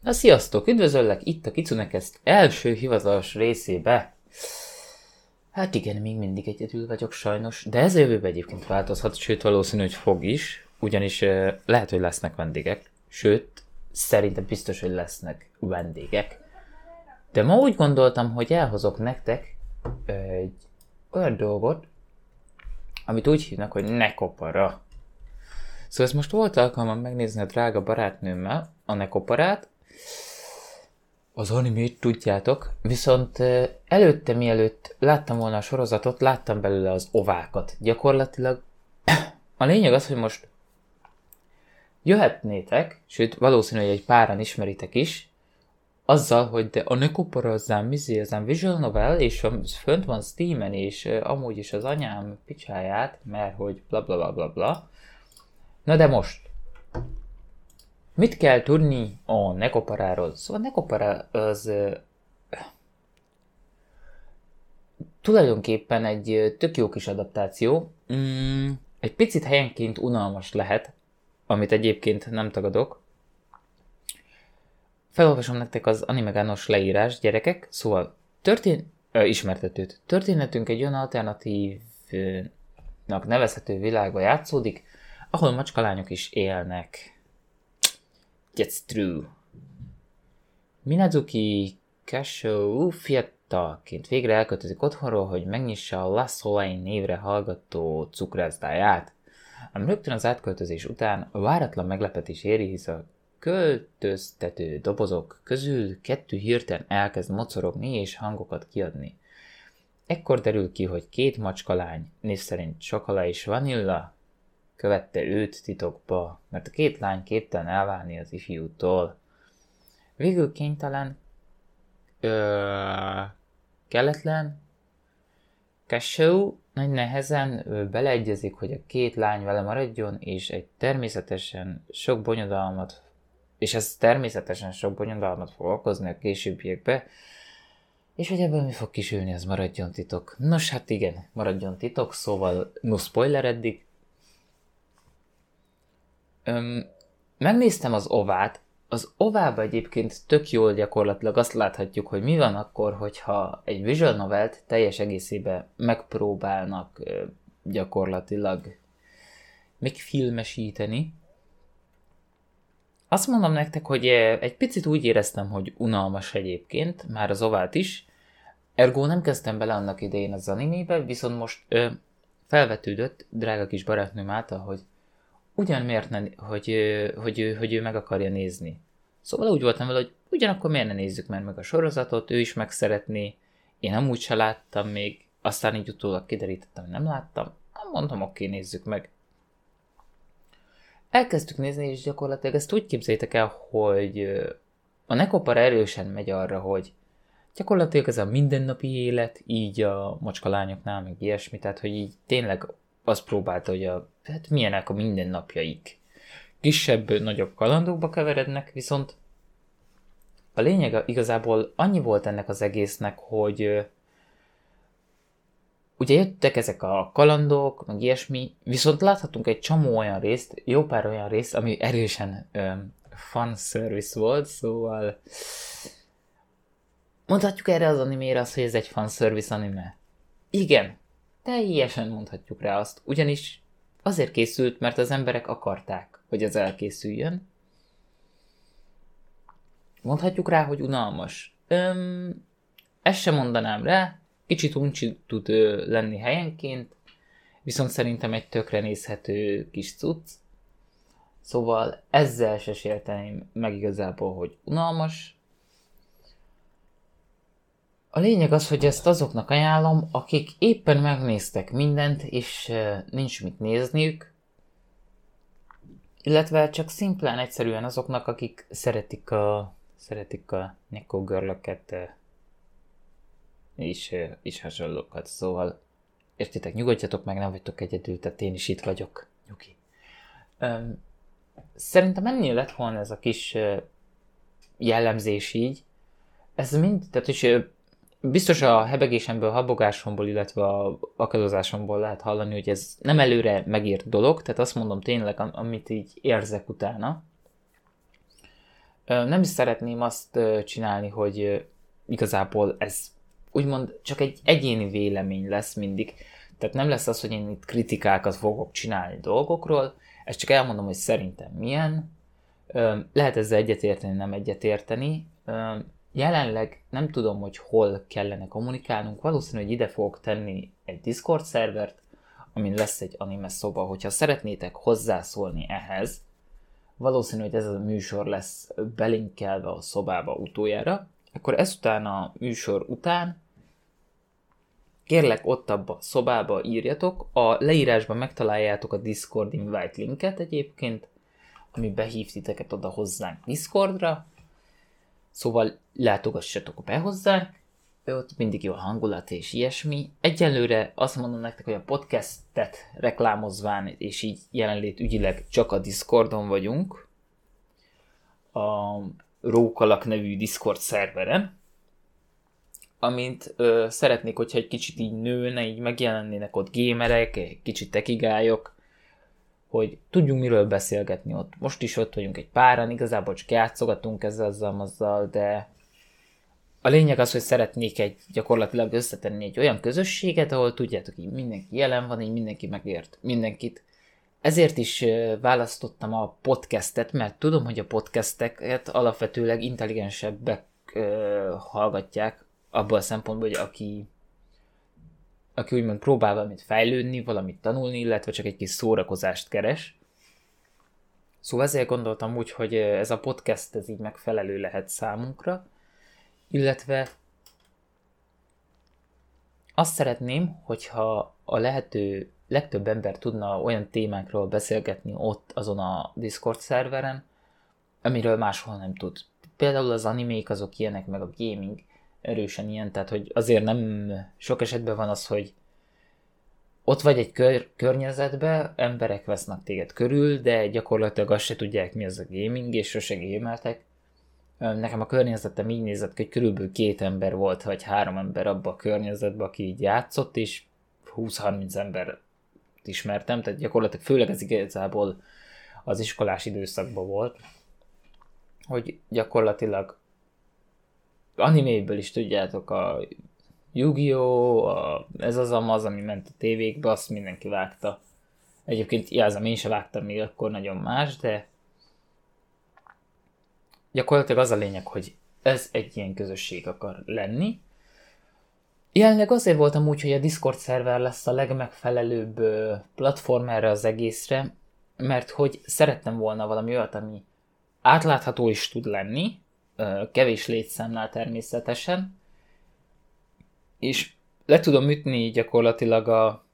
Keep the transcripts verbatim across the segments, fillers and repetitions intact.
Na sziasztok, üdvözöllek itt a Kicunekest első hivatalos részébe. Hát igen, még mindig egyedül vagyok sajnos, de ez a jövőben egyébként változhat, sőt valószínű, hogy fog is, ugyanis uh, lehet, hogy lesznek vendégek, sőt, szerintem biztos, hogy lesznek vendégek. De ma úgy gondoltam, hogy elhozok nektek egy olyan dolgot, amit úgy hívnak, hogy nekopara. Szóval ezt most volt alkalmam megnézni a drága barátnőmmel, a nekoparát, az animét tudjátok, viszont előtte, mielőtt láttam volna a sorozatot, láttam belőle az ovákat. Gyakorlatilag a lényeg az, hogy most jöhetnétek, sőt valószínű, hogy egy páran ismeritek is, azzal, hogy de a nekopara azzám mizé, azzám visual novel, és fönt van Steamen, és amúgy is az anyám picsáját, mert hogy bla bla bla bla bla. Na de most, mit kell tudni a nekoparáról? Szóval a nekopara az uh, tulajdonképpen egy uh, tök jó kis adaptáció. Mm, egy picit helyenként unalmas lehet, amit egyébként nem tagadok. Felolvasom nektek az animegános leírás, gyerekek. Szóval történ... Ö, ismertetőt. Történetünk egy olyan alternatívnak nevezhető világba játszódik, ahol macskalányok is élnek. That's true. Minazuki Kashou fiatalként végre elköltözik otthonról, hogy megnyissa a La Soleil névre hallgató cukrászdáját. Ám rögtön az átköltözés után váratlan meglepetés éri, hisz a költöztető dobozok közül kettő hirtelen elkezd mocorogni és hangokat kiadni. Ekkor derül ki, hogy két macskalány, név szerint Csokola és Vanilla, követte őt titokba, mert a két lány képtelen elválni az ifjútól. Végül kénytelen, ö, kelletlen, Kashou nagy nehezen ö, beleegyezik, hogy a két lány vele maradjon, és egy természetesen sok bonyodalmat, és ez természetesen sok bonyodalmat fog okozni a későbbiekbe, és hogy ebből mi fog kisülni, az maradjon titok. Nos, hát igen, maradjon titok, szóval no spoiler eddig. Öm, megnéztem az ovát, az ovába egyébként tök jól gyakorlatilag azt láthatjuk, hogy mi van akkor, hogyha egy visual novelt teljes egészében megpróbálnak ö, gyakorlatilag megfilmesíteni. Azt mondom nektek, hogy egy picit úgy éreztem, hogy unalmas egyébként, már az ovát is, ergo nem kezdtem bele annak idején az animébe, viszont most ö, felvetődött drága kis barátnőm által, hogy ugyan miért ne, hogy, hogy, hogy, hogy ő meg akarja nézni. Szóval úgy voltam vele, hogy ugyanakkor miért ne nézzük már meg a sorozatot, ő is meg szeretné, én amúgy se láttam még, aztán így utólag kiderítettem, hogy nem láttam, mondom, oké, nézzük meg. Elkezdtük nézni, és gyakorlatilag ezt úgy képzeljétek el, hogy a nekopara erősen megy arra, hogy gyakorlatilag ez a mindennapi élet, így a macskalányoknál, meg ilyesmi, tehát hogy így tényleg azt próbálta, hogy a, hát milyenek a mindennapjaik. Kisebb, nagyobb kalandokba keverednek, viszont a lényeg igazából annyi volt ennek az egésznek, hogy uh, ugye jöttek ezek a kalandok, meg ilyesmi, viszont láthatunk egy csomó olyan részt, jó pár olyan részt, ami erősen um, fan service volt, szóval mondhatjuk erre az animére azt, hogy ez egy fan service anime? Igen. Teljesen mondhatjuk rá azt, ugyanis azért készült, mert az emberek akarták, hogy ez elkészüljön. Mondhatjuk rá, hogy unalmas. Öm, ezt sem mondanám rá, kicsit uncsi tud ö, lenni helyenként, viszont szerintem egy tökre nézhető kis cucc. Szóval ezzel se sérteném meg igazából, hogy unalmas. A lényeg az, hogy ezt azoknak ajánlom, akik éppen megnéztek mindent, és nincs mit nézniük, illetve csak szimplán egyszerűen azoknak, akik szeretik a, szeretik a Neko Girl-öket és, és hasonlókat. Szóval értitek, nyugodjatok meg, nem vagytok egyedül, tehát én is itt vagyok. Nyugi. Szerintem ennyi lett volna ez a kis jellemzés így. Ez mind, tehát is biztos a hebegésemből, habogásomból, illetve a akadozásomból lehet hallani, hogy ez nem előre megírt dolog, tehát azt mondom tényleg, amit így érzek utána. Nem is szeretném azt csinálni, hogy igazából ez úgymond csak egy egyéni vélemény lesz mindig. Tehát nem lesz az, hogy én itt kritikákat fogok csinálni dolgokról, ezt csak elmondom, hogy szerintem milyen. Lehet ezzel egyetérteni, nem egyetérteni. Jelenleg nem tudom, hogy hol kellene kommunikálnunk. Valószínű, hogy ide fogok tenni egy Discord szervert, amin lesz egy anime szoba. Hogyha szeretnétek hozzászólni ehhez, valószínű, hogy ez a műsor lesz belinkelve a szobába utoljára, akkor ezután a műsor után kérlek ott abba a szobába írjatok, a leírásban megtaláljátok a Discord invite linket egyébként, ami behív titeket oda hozzánk Discordra, szóval látogassatok be hozzánk, ott mindig jó a hangulat és ilyesmi. Egyelőre azt mondom nektek, hogy a podcastet reklámozván és így jelenlét ügyileg csak a Discordon vagyunk, a Rókalak nevű Discord szerveren, amint ö, szeretnék, hogyha egy kicsit így nőne, így megjelennének ott gamerek, egy kicsit tekigályok, hogy tudjunk miről beszélgetni ott. Most is ott vagyunk egy páran, igazából csak játszogatunk ezzel azzal, azzal, de a lényeg az, hogy szeretnék egy gyakorlatilag összetenni egy olyan közösséget, ahol tudjátok, így mindenki jelen van, így mindenki megért mindenkit. Ezért is választottam a podcastet, mert tudom, hogy a podcasteket alapvetőleg intelligensebbek ö, hallgatják, abban a szempontból, hogy aki, aki úgymond próbál valamit fejlődni, valamit tanulni, illetve csak egy kis szórakozást keres. Szóval ezért gondoltam úgy, hogy ez a podcast ez így megfelelő lehet számunkra, illetve azt szeretném, hogyha a lehető legtöbb ember tudna olyan témákról beszélgetni ott azon a Discord szerveren, amiről máshol nem tud. Például az animék azok ilyenek, meg a gaming erősen ilyen, tehát hogy azért nem sok esetben van az, hogy ott vagy egy kör- környezetben, emberek vesznek téged körül, de gyakorlatilag azt se tudják, mi az a gaming, és sose gameltek. Nekem a környezetem így nézett ki, hogy körülbelül két ember volt, vagy három ember abban a környezetben, aki így játszott, és húsz-harminc ember ismertem, tehát gyakorlatilag főleg ez igazából az iskolás időszakban volt, hogy gyakorlatilag animéből is tudjátok, a Yu-Gi-Oh!, a, ez az amaz, ami ment a tévékbe, azt mindenki vágta. Egyébként jelzem, én sem vágtam még akkor nagyon más, de gyakorlatilag az a lényeg, hogy ez egy ilyen közösség akar lenni. Jelenleg azért voltam úgy, hogy a Discord szerver lesz a legmegfelelőbb platform erre az egészre, mert hogy szerettem volna valami olyat, ami átlátható is tud lenni, kevés létszámnál természetesen, és le tudom ütni gyakorlatilag a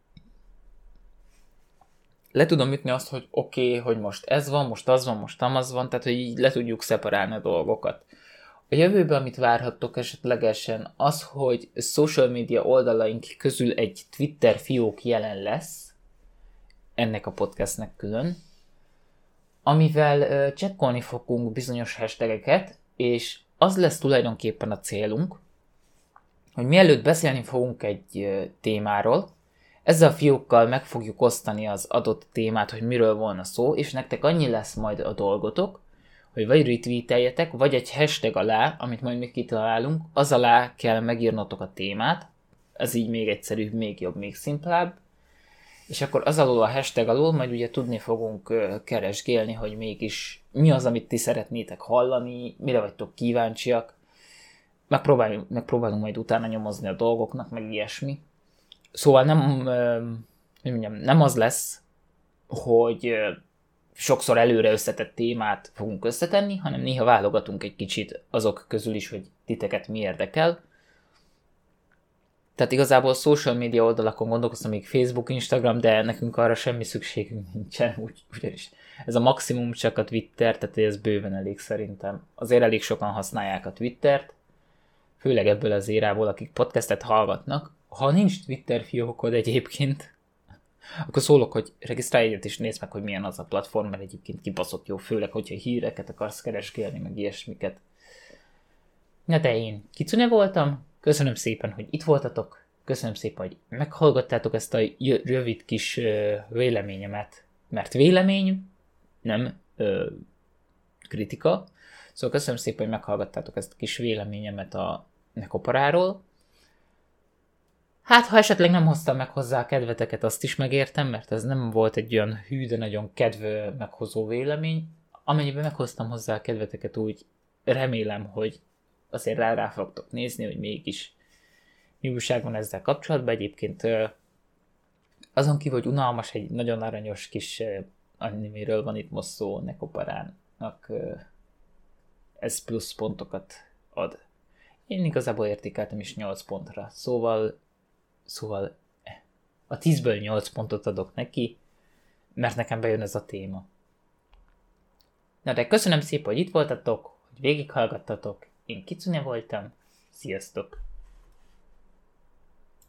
le tudom ütni azt, hogy oké, okay, hogy most ez van, most az van, most amaz van, tehát hogy így le tudjuk szeparálni a dolgokat. A jövőben, amit várhattok esetlegesen, az, hogy social media oldalaink közül egy Twitter fiók jelen lesz, ennek a podcastnek külön, amivel uh, csekkolni fogunk bizonyos hashtageket, és az lesz tulajdonképpen a célunk, hogy mielőtt beszélni fogunk egy uh, témáról, ezzel a fiókkal meg fogjuk osztani az adott témát, hogy miről volna szó, és nektek annyi lesz majd a dolgotok, hogy vagy retweeteljetek, vagy egy hashtag alá, amit majd még kitalálunk, az alá kell megírnotok a témát, ez így még egyszerűbb, még jobb, még szimplább, és akkor az alól a hashtag alól majd ugye tudni fogunk keresgélni, hogy mégis mi az, amit ti szeretnétek hallani, mire vagytok kíváncsiak, megpróbálunk, megpróbálunk majd utána nyomozni a dolgoknak, meg ilyesmi. Szóval nem, hogy mondjam, nem az lesz, hogy sokszor előre összetett témát fogunk összetenni, hanem néha válogatunk egy kicsit azok közül is, hogy titeket mi érdekel. Tehát igazából social media oldalakon gondolkoztam, még Facebook, Instagram, de nekünk arra semmi szükségünk nincsen, úgy, ugyanis ez a maximum csak a Twitter, tehát ez bőven elég szerintem. Azért elég sokan használják a Twittert, főleg ebből az érából, akik podcastet hallgatnak. Ha nincs Twitter fiókod egyébként, akkor szólok, hogy regisztrálj egyet és nézd meg, hogy milyen az a platform, mert egyébként kibaszott jó, főleg, hogyha híreket akarsz keresgélni, meg ilyesmiket. Na de én Kicune voltam, köszönöm szépen, hogy itt voltatok, köszönöm szépen, hogy meghallgattátok ezt a rövid kis ö, véleményemet, mert vélemény, nem ö, kritika, Szóval köszönöm szépen, hogy meghallgattátok ezt a kis véleményemet a Nekoparáról. Hát, ha esetleg nem hoztam meg hozzá a kedveteket, azt is megértem, mert ez nem volt egy olyan hű, de nagyon kedv meghozó vélemény. Amennyiben meghoztam hozzá a kedveteket, úgy remélem, hogy azért rá, rá fogtok nézni, hogy mégis mi újság van ezzel kapcsolatban. Egyébként azon kívül, hogy unalmas, egy nagyon aranyos kis animéről van itt most szó, Nekoparának ez plusz pontokat ad. Én igazából értékeltem is nyolc pontra, szóval Szóval a tízből nyolc pontot adok neki, mert nekem bejön ez a téma. Na de köszönöm szépen, hogy itt voltatok, hogy végighallgattatok. Én Kicune voltam. Sziasztok!